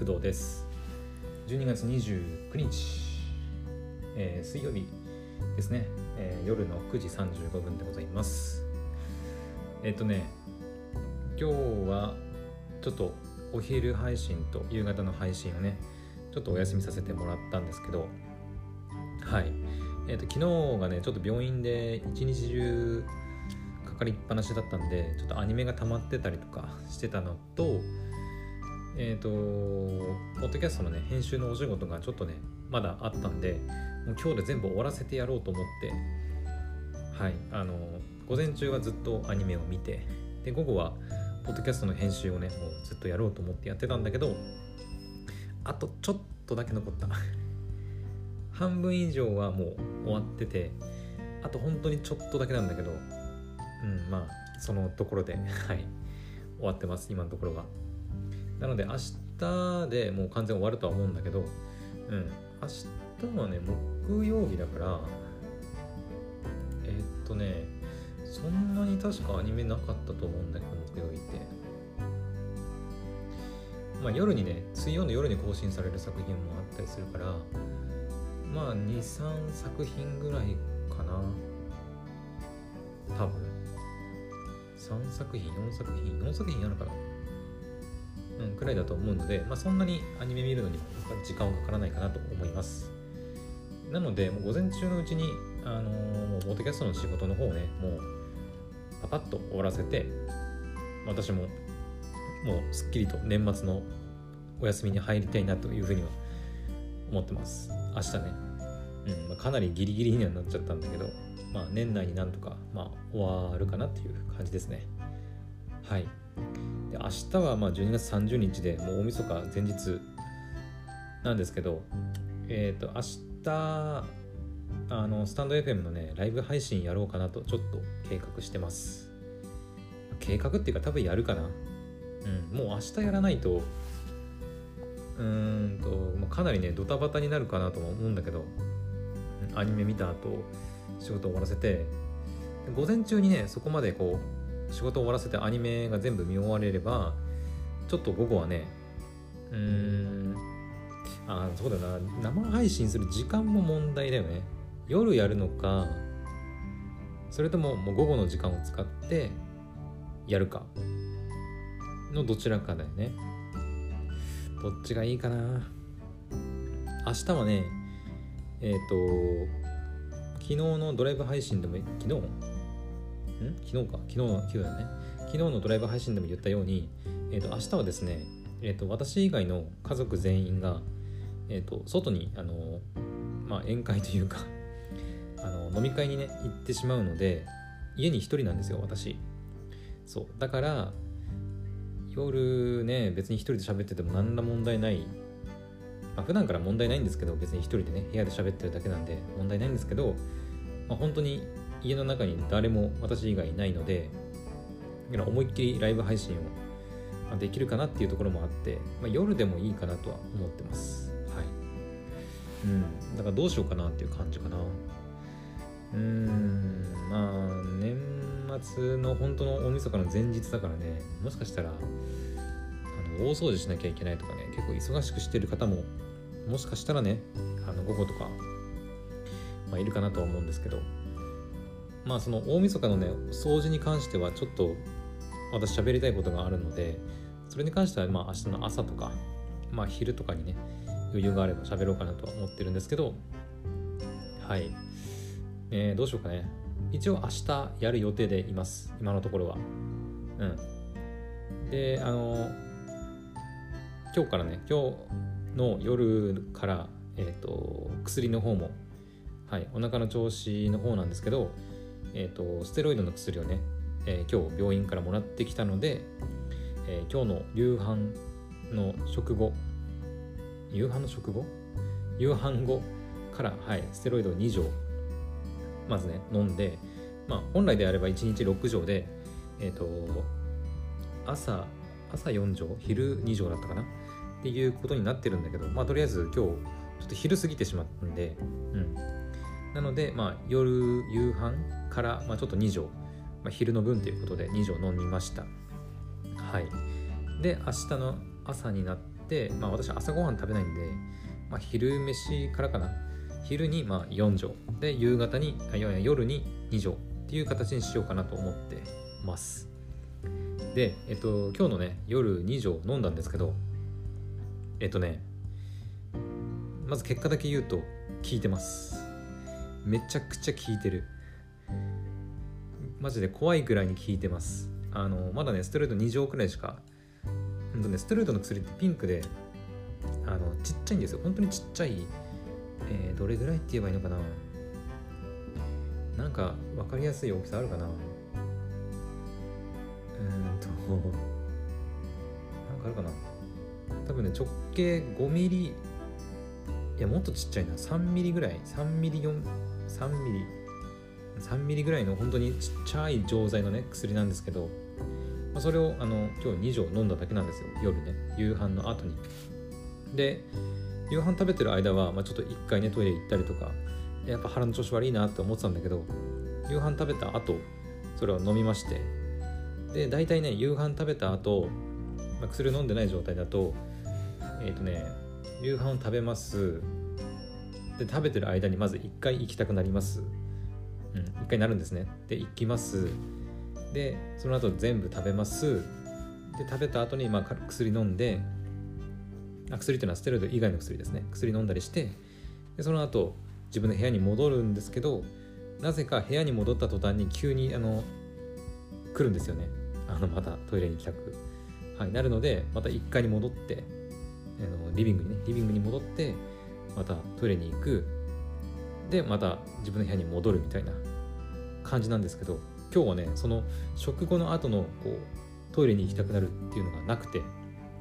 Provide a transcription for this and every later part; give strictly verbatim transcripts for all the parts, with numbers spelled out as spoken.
工藤です。じゅうにがつにじゅうくにち、えー、水曜日ですね、えー、夜のくじさんじゅうごふんでございます。えっ、ー、とね今日はちょっとお昼配信と夕方の配信をねちょっとお休みさせてもらったんですけど、はいえー、と昨日がねちょっと病院で一日中かかりっぱなしだったんで、ちょっとアニメが溜まってたりとかしてたのと、えっ、ー、とポッドキャストのね編集のお仕事がちょっとねまだあったんで、もう今日で全部終わらせてやろうと思って、はいあの午前中はずっとアニメを見て、で午後はポッドキャストの編集をねもうずっとやろうと思ってやってたんだけど、あとちょっとだけ残った半分以上はもう終わってて、あと本当にちょっとだけなんだけど、うんまあそのところではい終わってます今のところは。なので明日でもう完全終わるとは思うんだけど、うん明日はね木曜日だから、えー、っとねそんなに確かアニメなかったと思うんだけど、木曜日ってまあ夜にね水曜の夜に更新される作品もあったりするから、まあ にさんさく品ぐらいかな多分。さんさく品よんさく品よんさく品あるかな、うん、くらいだと思うので、まあ、そんなにアニメ見るのに時間はかからないかなと思います。なのでもう午前中のうちにあのー、もうポッドキャストの仕事の方をねもうパパッと終わらせて、私ももうすっきりと年末のお休みに入りたいなというふうには思ってます。明日ね、うんまあ、かなりギリギリにはなっちゃったんだけど、まあ、年内になんとか、まあ、終わるかなっていう感じですね。はいで明日はまあじゅうにがつさんじゅうにちでもう大晦日前日なんですけど、えっと明日あのスタンド エフエム のねライブ配信やろうかなとちょっと計画してます。計画っていうか多分やるかな。うんもう明日やらないとうーんと、まあ、かなりねドタバタになるかなとも思うんだけど、アニメ見た後仕事終わらせて、午前中にねそこまでこう仕事終わらせてアニメが全部見終われれば、ちょっと午後はねうーんあそうだな生配信する時間も問題だよね。夜やるのかそれとももう午後の時間を使ってやるかのどちらかだよね。どっちがいいかな。明日はねえっ、ー、と昨日のドライブ配信でも昨日ん昨日か昨日の昨日だね昨日のドライブ配信でも言ったように、えー、と明日はですね、えー、と私以外の家族全員が、えー、と外にあの、まあ、宴会というかあの飲み会にね行ってしまうので、家に一人なんですよ私。そうだから夜ね別に一人で喋ってても何ら問題ない、まあ、普段から問題ないんですけど、別に一人でね部屋で喋ってるだけなんで問題ないんですけど、まあ、本当に家の中に誰も私以外いないので、思いっきりライブ配信をできるかなっていうところもあって、まあ、夜でもいいかなとは思ってます。はい。うん。だからどうしようかなっていう感じかな。うーん。まあ年末の本当の大晦日の前日だからね、もしかしたらあの大掃除しなきゃいけないとかね、結構忙しくしてる方ももしかしたらね、あの午後とか、まあ、いるかなとは思うんですけど。まあその大晦日のね掃除に関してはちょっと私喋りたいことがあるので、それに関してはまあ明日の朝とかまあ昼とかにね余裕があれば喋ろうかなとは思ってるんですけど、はい、えー、どうしようかね。一応明日やる予定でいます今のところは。うんであの今日からね今日の夜からえっと薬の方もはいお腹の調子の方なんですけど、えーと、ステロイドの薬をね、えー、今日病院からもらってきたので、えー、今日の夕飯の食後夕飯の食後夕飯後から、はい、ステロイドをに錠まずね飲んで、まあ本来であればいちにちろく錠で、えーと、朝朝よん錠昼に錠だったかなっていうことになってるんだけど、まあとりあえず今日ちょっと昼過ぎてしまったんで、うんなので、まあ、夜夕飯から、まあ、ちょっとに錠、まあ、昼の分ということでに錠飲みました。はい。で、明日の朝になっ 、まあ私朝ごはん食べないんで、まあ、昼飯からかな。昼にまあよん錠で、夕方にあいやいや夜にに錠っていう形にしようかなと思ってます。で、えっと今日のね夜に錠飲んだんですけど、えっとねまず結果だけ言うと効いてます。めちゃくちゃ効いてる。マジで怖いくらいに効いてます。あのまだねステロイドに錠くらいしか、ほんとねステロイドの薬ってピンクで、あのちっちゃいんですよ。本当にちっちゃい、えー、どれぐらいって言えばいいのかな。なんか分かりやすい大きさあるかな。うーんとなんかあるかな。多分ね直径ごミリ、いやもっとちっちゃいな、さんミリぐらい、さんミリよん、さんミリさんミリぐらいの本当にちっちゃい錠剤のね薬なんですけど、まあ、それをあの今日に錠飲んだだけなんですよ。夜ね、夕飯の後に。で夕飯食べてる間は、まあ、ちょっと一回ねトイレ行ったりとか、やっぱ腹の調子悪いなって思ってたんだけど、夕飯食べた後それを飲みまして、で大体ね夕飯食べた後、まあ、薬飲んでない状態だとえっとね夕飯を食べます。で食べてる間にまず一回行きたくなります。うん、一回なるんですね。で行きます。でその後全部食べます。で食べた後にまあ薬飲んで、あ薬っていうのはステロイド以外の薬ですね。薬飲んだりして、でその後自分の部屋に戻るんですけど、なぜか部屋に戻った途端に急にあの来るんですよね。あのまたトイレに行きたく、はい、なるので、またいっかいに戻ってあのリビングにねリビングに戻ってまたトイレに行く。でまた自分の部屋に戻るみたいな感じなんですけど、今日はねその食後の後のこうトイレに行きたくなるっていうのがなくて、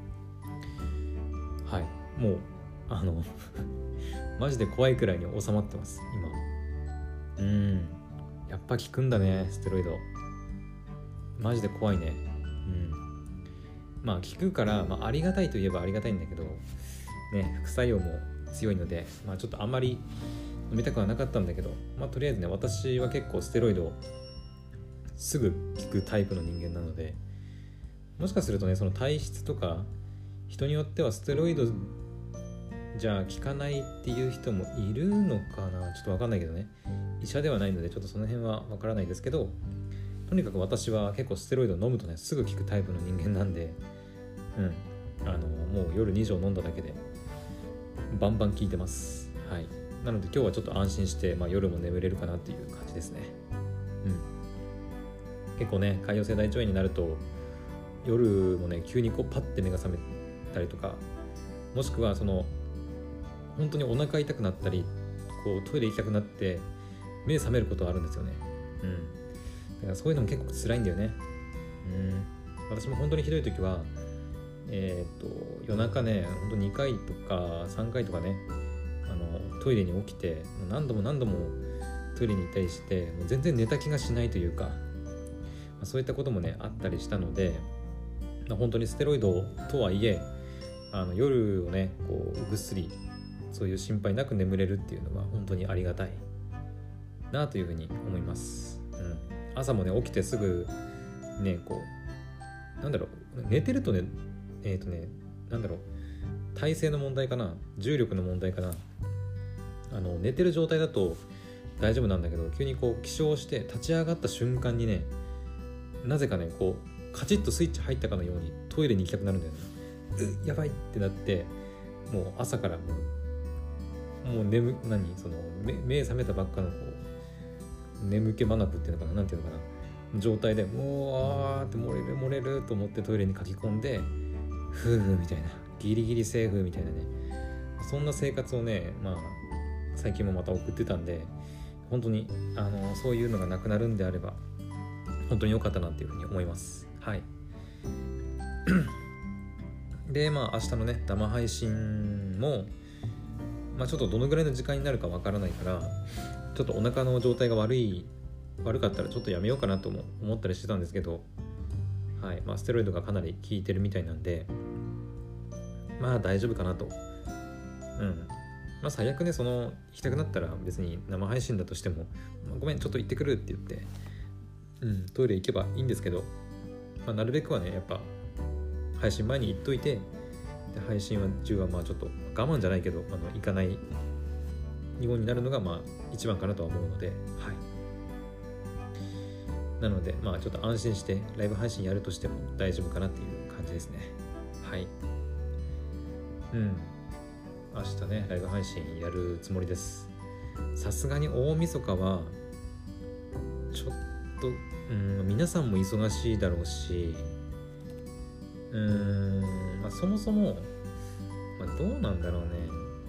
はいもうあのマジで怖いくらいに収まってます今。うーんやっぱ効くんだねステロイド。マジで怖いね。うんまあ効くから、まあ、ありがたいといえばありがたいんだけどね、副作用も強いので、まあちょっとあんまり飲みたくはなかったんだけど、まあとりあえずね私は結構ステロイドすぐ効くタイプの人間なので、もしかするとねその体質とか人によってはステロイドじゃあ効かないっていう人もいるのかな、ちょっと分かんないけどね、医者ではないのでちょっとその辺は分からないですけど、とにかく私は結構ステロイド飲むとねすぐ効くタイプの人間なんで、うんあのもう夜に錠飲んだだけでバンバン効いてます。はいなので今日はちょっと安心して、まあ、夜も眠れるかなっていう感じですね。うん結構ね潰瘍性大腸炎になると夜もね急にこうパッて目が覚めたりとか、もしくはその本当にお腹痛くなったり、こうトイレ行きたくなって目覚めることはあるんですよね。うんだからそういうのも結構辛いんだよね。うん私も本当にひどい時はえー、っと夜中ね本当にかいとかさんかいとかねあのトイレに起きて何度も何度もトイレに行ったりして、もう全然寝た気がしないというか、まあ、そういったこともねあったりしたので、まあ、本当にステロイドとはいえあの夜をねこうぐっすりそういう心配なく眠れるっていうのは本当にありがたいなというふうに思います。うん、朝もね起きてすぐねこうなんだろう寝てるとねえっとねなんだろう体勢の問題かな、重力の問題かな、あの寝てる状態だと大丈夫なんだけど、急にこう起床して立ち上がった瞬間にねなぜかねこうカチッとスイッチ入ったかのようにトイレに行きたくなるんだよね。うやばいってなって、もう朝からもうもう眠何その 目, 目覚めたばっかのこう眠気まなくっていうのかな、なんていうのかな状態でもうあーって漏れる漏れると思ってトイレに書き込んでふーみたいな、ギリギリセーフみたいなね、そんな生活をねまあ最近もまた送ってたんで、本当にあのそういうのがなくなるんであれば本当に良かったなっていうふうに思います。はいでまあ明日のね生配信もまあちょっとどのぐらいの時間になるかわからないから、ちょっとお腹の状態が悪い悪かったらちょっとやめようかなとも思ったりしてたんですけど、はいまあステロイドがかなり効いてるみたいなんでまあ大丈夫かなと。うんまあ最悪ねその行きたくなったら別に生配信だとしても、まあ、ごめんちょっと行ってくるって言ってうんトイレ行けばいいんですけど、まあ、なるべくはねやっぱ配信前に言っといて、 配信は中はまあちょっと我慢じゃないけどあの行かないようになるのがまあ一番かなとは思うので、はい。なのでまあちょっと安心してライブ配信やるとしても大丈夫かなっていう感じですね。はい。うん。明日ねライブ配信やるつもりです。さすがに大晦日はちょっと、うん、皆さんも忙しいだろうし、うーん、まあ、そもそも、まあ、どうなんだろうね。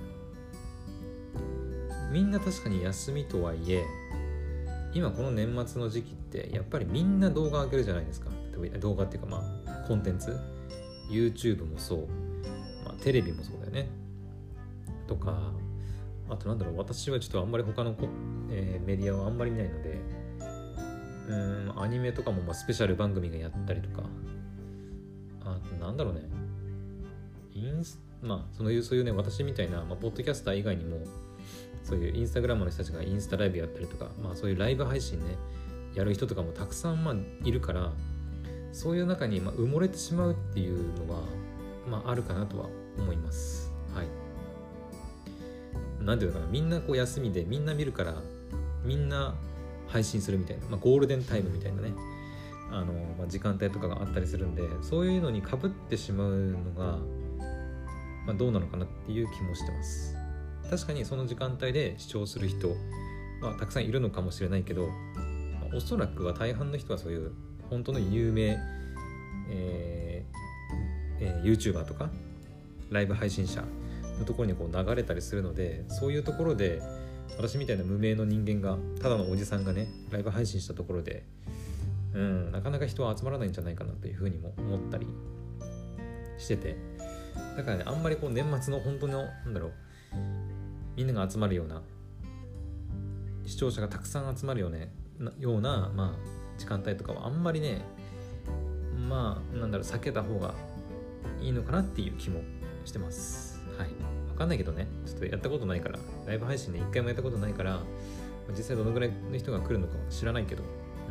みんな確かに休みとはいえ、今この年末の時期ってやっぱりみんな動画上げるじゃないですか。例えば動画っていうかまあコンテンツ、YouTube もそう、まあ、テレビもそうだよね。とか、あとなんだろう、私はちょっとあんまり他のこ、えー、メディアはあんまり見ないので、うーん、アニメとかもまあスペシャル番組がやったりとか、あとなんだろうね、インスまあそういうそういうね、私みたいな、まあ、ポッドキャスター以外にもそういうインスタグラムの人たちがインスタライブやったりとか、まあそういうライブ配信ねやる人とかもたくさんまあいるから、そういう中にまあ埋もれてしまうっていうのはまああるかなとは思います。はい。なんていうのかな、みんなこう休みでみんな見るからみんな配信するみたいな、まあ、ゴールデンタイムみたいなね、あの、まあ、時間帯とかがあったりするんで、そういうのに被ってしまうのが、まあ、どうなのかなっていう気もしてます。確かにその時間帯で視聴する人はたくさんいるのかもしれないけど、まあ、おそらくは大半の人はそういう本当の有名、えーえー、YouTuber とかライブ配信者のところにこう流れたりするので、そういうところで私みたいな無名の人間が、ただのおじさんがねライブ配信したところで、うん、なかなか人は集まらないんじゃないかなというふうにも思ったりしてて、だからね、あんまりこう年末の本当のなんだろう、みんなが集まるような、視聴者がたくさん集まるようなような、まあ、時間帯とかはあんまりね、まあなんだろう、避けた方がいいのかなっていう気もしてます。はい。わかんないけどね、ちょっとやったことないから、ライブ配信で一回もやったことないから、実際どのぐらいの人が来るのかは知らないけど、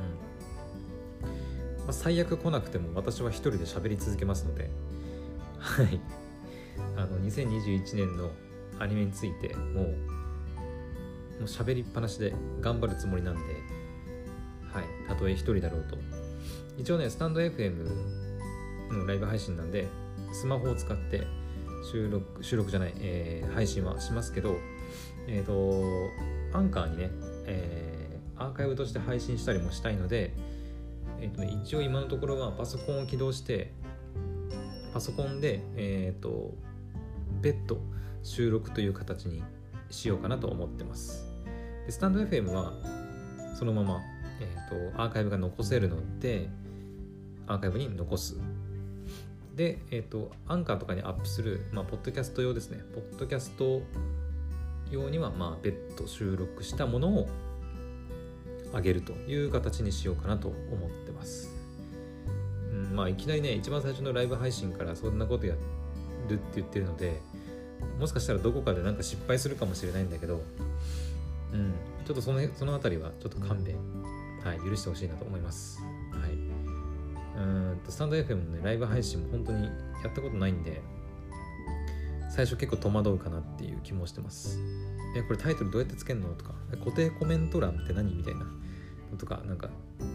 うん。まあ、最悪来なくても私は一人で喋り続けますので、はい。あのにせんにじゅういちねんのアニメについてもうもう喋りっぱなしで頑張るつもりなんで、はい。たとえ一人だろうと。一応ね、スタンド エフエム のライブ配信なんで、スマホを使って収録収録じゃない、えー、配信はしますけど、えっとアンカーにね、えー、アーカイブとして配信したりもしたいので、えっとね、一応今のところはパソコンを起動してパソコンでえっと別途収録という形にしようかなと思ってます。でスタンド エフエム はそのまま、えー、とアーカイブが残せるのでアーカイブに残す。で、えっと、アンカーとかにアップする、まあ、ポッドキャスト用ですね。ポッドキャスト用には、まあ、別途収録したものを上げるという形にしようかなと思ってます。うん、まあ、いきなりね、一番最初のライブ配信からそんなことやるって言ってるので、もしかしたらどこかでなんか失敗するかもしれないんだけど、うん、ちょっとその、そのあたりはちょっと勘弁、はい、許してほしいなと思います。はい。うーんとスタンド エフエム のねライブ配信も本当にやったことないんで、最初結構戸惑うかなっていう気もしてます。えこれタイトルどうやってつけるのとか、固定コメント欄って何みたいなのとか、なんか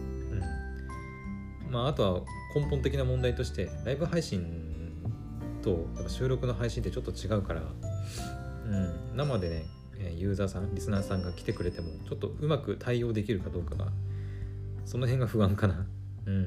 うんまああとは根本的な問題として、ライブ配信とやっぱ収録の配信ってちょっと違うから、うん生でねユーザーさんリスナーさんが来てくれてもちょっとうまく対応できるかどうかが、その辺が不安かな。うん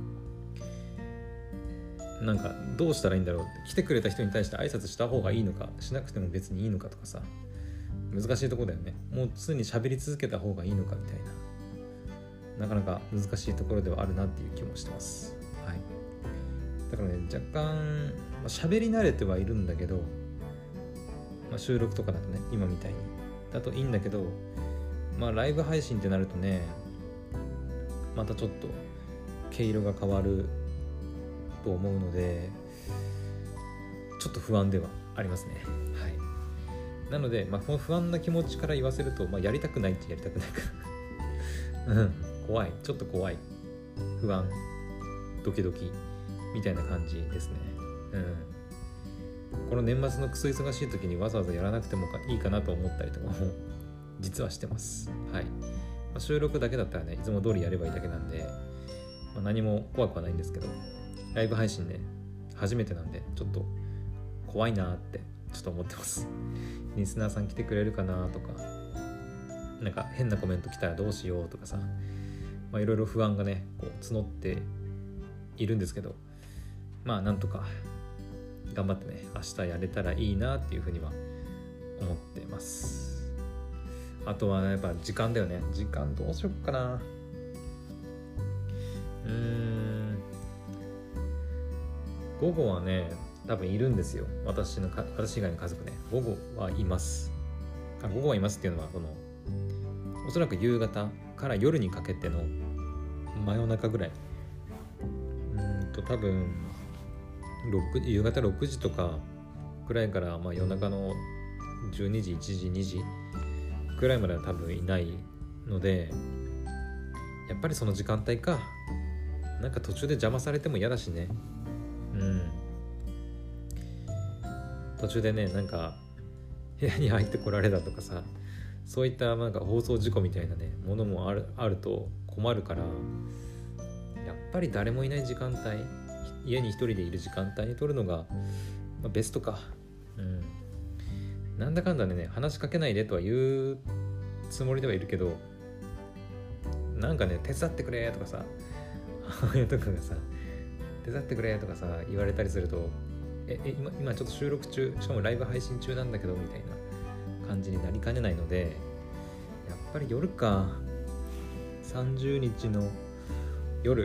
なんかどうしたらいいんだろうって、来てくれた人に対して挨拶した方がいいのか、しなくても別にいいのかとかさ、難しいところだよね。もう常に喋り続けた方がいいのかみたいな、なかなか難しいところではあるなっていう気もしてます。はい。だからね、若干、まあ、喋り慣れてはいるんだけど、まあ、収録とかだとね、今みたいにだといいんだけど、まあライブ配信ってなるとね、またちょっと毛色が変わると思うので、ちょっと不安ではありますね。はい。なので、まあ、この不安な気持ちから言わせると、まあ、やりたくないってやりたくないからうん怖い、ちょっと怖い、不安、ドキドキみたいな感じですね。うんこの年末のクソ忙しい時にわざわざやらなくてもいいかなと思ったりとかも実はしてます。はい、まあ、収録だけだったらねいつも通りやればいいだけなんで、まあ、何も怖くはないんですけど、ライブ配信ね初めてなんでちょっと怖いなってちょっと思ってます。リスナーさん来てくれるかなとか、なんか変なコメント来たらどうしようとかさ、まあいろいろ不安がねこう募っているんですけど、まあなんとか頑張ってね明日やれたらいいなっていうふうには思ってます。あとはやっぱ時間だよね。時間どうしよっかな。うーん午後はね多分いるんですよ。私のか私以外の家族ね午後はいます。あ午後はいますっていうのはこのおそらく夕方から夜にかけての真夜中ぐらい、うーんと多分ろく夕方ろくじとかくらいから、まあ、夜中のじゅうにじいちじにじくらいまでは多分いないので、やっぱりその時間帯かなんか途中で邪魔されても嫌だしね。うん途中でねなんか部屋に入ってこられたとかさ、そういったなんか放送事故みたいなねものもある、あると困るから、やっぱり誰もいない時間帯、家に一人でいる時間帯に撮るのが、まあ、ベストか。うんなんだかんだでね話しかけないでとは言うつもりではいるけど、なんかね手伝ってくれとかさ母親とかがさ手伝ってくれとかさ言われたりすると、ええ 今, 今ちょっと収録中、しかもライブ配信中なんだけどみたいな感じになりかねないので、やっぱり夜か。さんじゅうにちの夜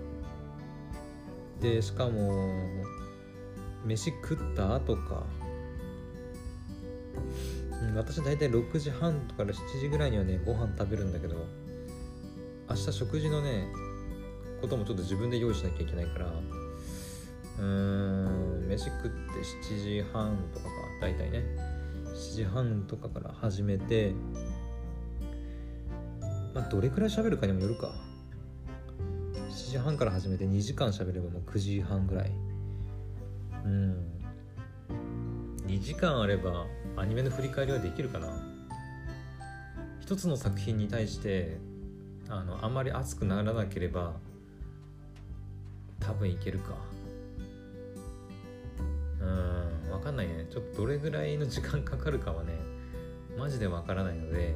で、しかも飯食った後か、うん、私だいたいろくじはんとからしちじぐらいにはねご飯食べるんだけど、明日食事のねこともちょっと自分で用意しなきゃいけないから、うーん飯食ってしちじはんとかか、だいたいねしちじはんとかから始めて、まあどれくらい喋るかにもよるか。しちじはんから始めてにじかん喋ればもうくじはんぐらい。うんにじかんあればアニメの振り返りはできるかな。一つの作品に対してあのあんまり熱くならなければ多分いけるか。うん分かんないね。ちょっとどれぐらいの時間かかるかはねマジで分からないので、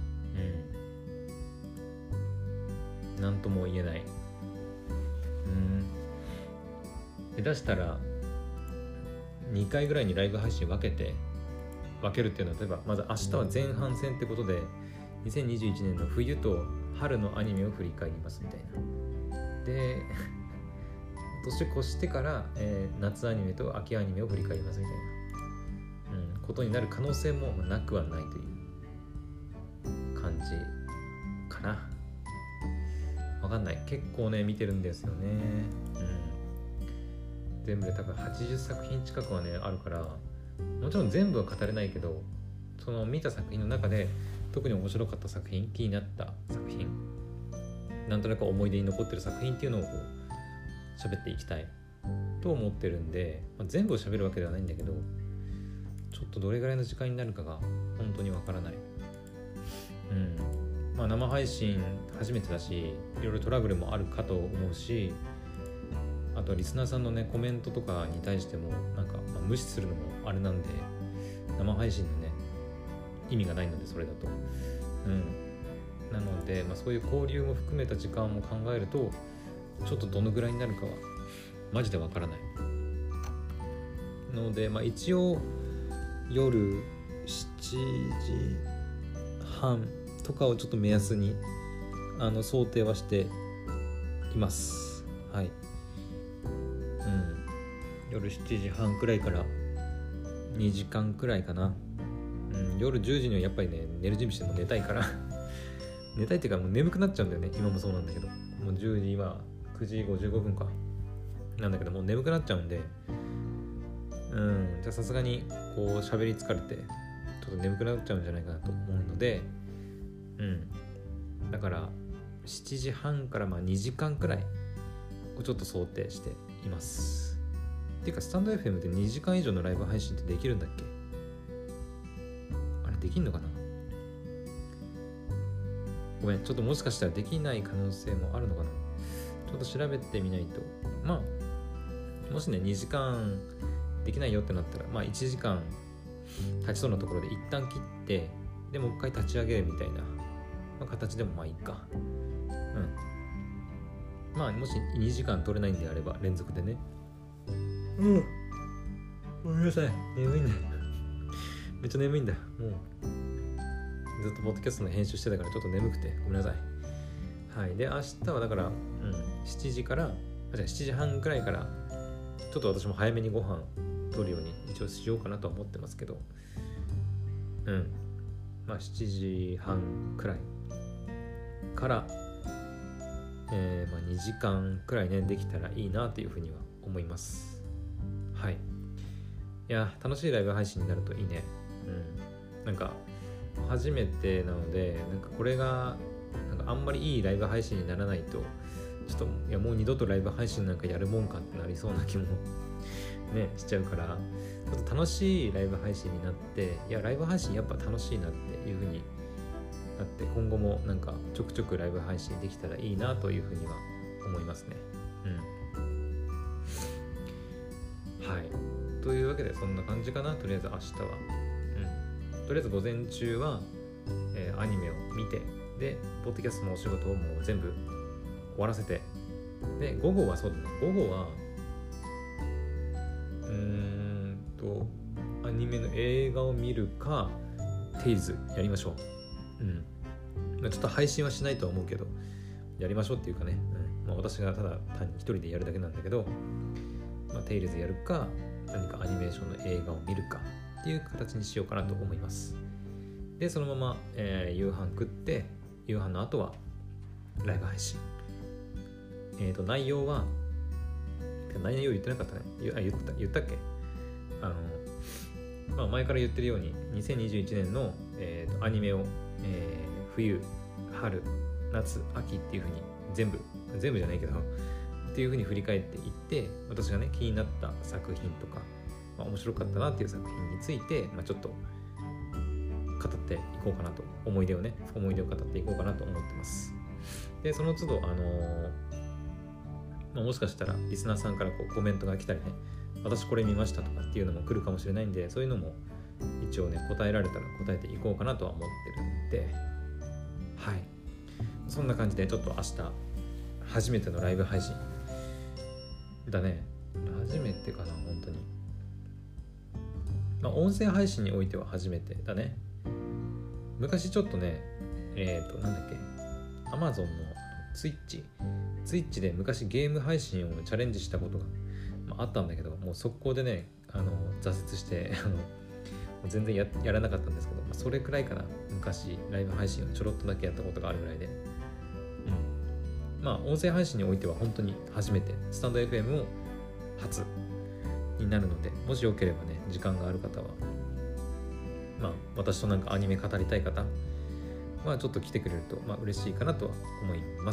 うんなんとも言えない。うん下手したらにかいぐらいにライブ配信分けて分けるっていうのは、例えばまず明日は前半戦ってことでにせんにじゅういちねんの冬と春のアニメを振り返りますみたいな。で年越してから、えー、夏アニメと秋アニメを振り返りますみたいな、うん、ことになる可能性もなくはないという感じかな。わかんない。結構ね見てるんですよね。うん、全部で多分はちじゅっさくひん近くはねあるから、もちろん全部は語れないけど、その見た作品の中で特に面白かった作品、気になった作品、なんとなく思い出に残ってる作品っていうのをこう喋っていきたいと思ってるんで、まあ、全部を喋るわけではないんだけど、ちょっとどれぐらいの時間になるかが本当にわからない。うんまあ生配信初めてだし、いろいろトラブルもあるかと思うし、あとはリスナーさんのねコメントとかに対してもなんか、まあ、無視するのもあれなんで、生配信のね意味がないのでそれだと、うんなので、まあ、そういう交流も含めた時間も考えるとちょっとどのぐらいになるかはマジでわからないので、まあ、一応夜しちじはんとかをちょっと目安にあの想定はしています。はい、うん、夜しちじはんくらいからにじかんくらいかな。うん、夜じゅうじにはやっぱりね寝る準備しても寝たいから寝たいっていうかもう眠くなっちゃうんだよね。今もそうなんだけど、もうじゅうじ今くじごじゅうごふんかなんだけど、もう眠くなっちゃうんで、うんじゃあさすがにこう喋り疲れてちょっと眠くなっちゃうんじゃないかなと思うので、うんだからしちじはんからまあにじかんくらいをちょっと想定しています。 ていうかスタンド エフエム ってにじかん以上のライブ配信ってできるんだっけ？あれできんのかな？ごめん、ちょっともしかしたらできない可能性もあるのかな。ちょっと調べてみないと。まあもしねにじかんできないよってなったら、まあいちじかん立ちそうなところで一旦切ってでもう一回立ち上げるみたいな、まあ、形でもまあいいか。うんまあもしにじかん取れないんであれば連続でね。うんごめんなさい、眠いんだめっちゃ眠いんだ。もうずっとポッドキャストの編集してたからちょっと眠くてごめんなさい。はい。で明日はだから、うん、しちじからあじゃあしちじはんくらいからちょっと私も早めにご飯取るように一応しようかなとは思ってますけど、うんまあしちじはんくらいから、えーまあ、にじかんくらいねできたらいいなというふうには思います。はい。いや楽しいライブ配信になるといいね。うんなんか初めてなのでなんかこれがなんかあんまりいいライブ配信にならないとちょっといやもう二度とライブ配信なんかやるもんかってなりそうな気もねしちゃうから、ちょっと楽しいライブ配信になって、いやライブ配信やっぱ楽しいなっていう風になって今後もなんかちょくちょくライブ配信できたらいいなという風には思いますね。うんはいというわけでそんな感じかな。とりあえず明日はうんとりあえず午前中は、えー、アニメを見てでポッドキャストのお仕事をもう全部終わらせてで午後はそうだね午後はうーんとアニメの映画を見るかテイルズやりましょう。うんちょっと配信はしないとは思うけどやりましょうっていうかね、うんまあ、私がただ単に一人でやるだけなんだけど、まあ、テイルズやるか何かアニメーションの映画を見るかっていう形にしようかなと思います。でそのまま、えー、夕飯食って夕飯の後はライブ配信。えっと内容は内容言ってなかったね。あ言った言ったっけ？あのまあ前から言ってるようににせんにじゅういちねんの、えー、とアニメを、えー、冬春夏秋っていう風に全部全部じゃないけどっていう風に振り返っていって私がね気になった作品とか、まあ、面白かったなっていう作品について、まあ、ちょっと語っていこうかなと思い出をね思い出を語っていこうかなと思ってます。でその都度あのーまあ、もしかしたらリスナーさんからこうコメントが来たりね私これ見ましたとかっていうのも来るかもしれないんでそういうのも一応ね答えられたら答えていこうかなとは思ってるんではいそんな感じでちょっと明日初めてのライブ配信だね。初めてかな本当に。まあ音声配信においては初めてだね。昔ちょっとねえっとなんだっけ Amazon のツイッチツイッチで昔ゲーム配信をチャレンジしたことが、まあ、あったんだけどもう速攻でねあの挫折してあのもう全然 や, やらなかったんですけど、まあ、それくらいかな。昔ライブ配信をちょろっとだけやったことがあるぐらいで、うん、まあ音声配信においては本当に初めてスタンド エフエム を初になるのでもしよければね時間がある方はまあ私となんかアニメ語りたい方はちょっと来てくれるとまあ嬉しいかなとは思います。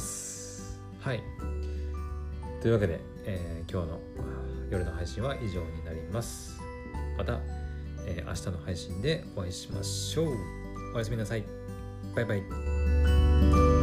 はい。というわけで、えー、今日の夜の配信は以上になります。また、えー、明日の配信でお会いしましょう。おやすみなさい。バイバイ。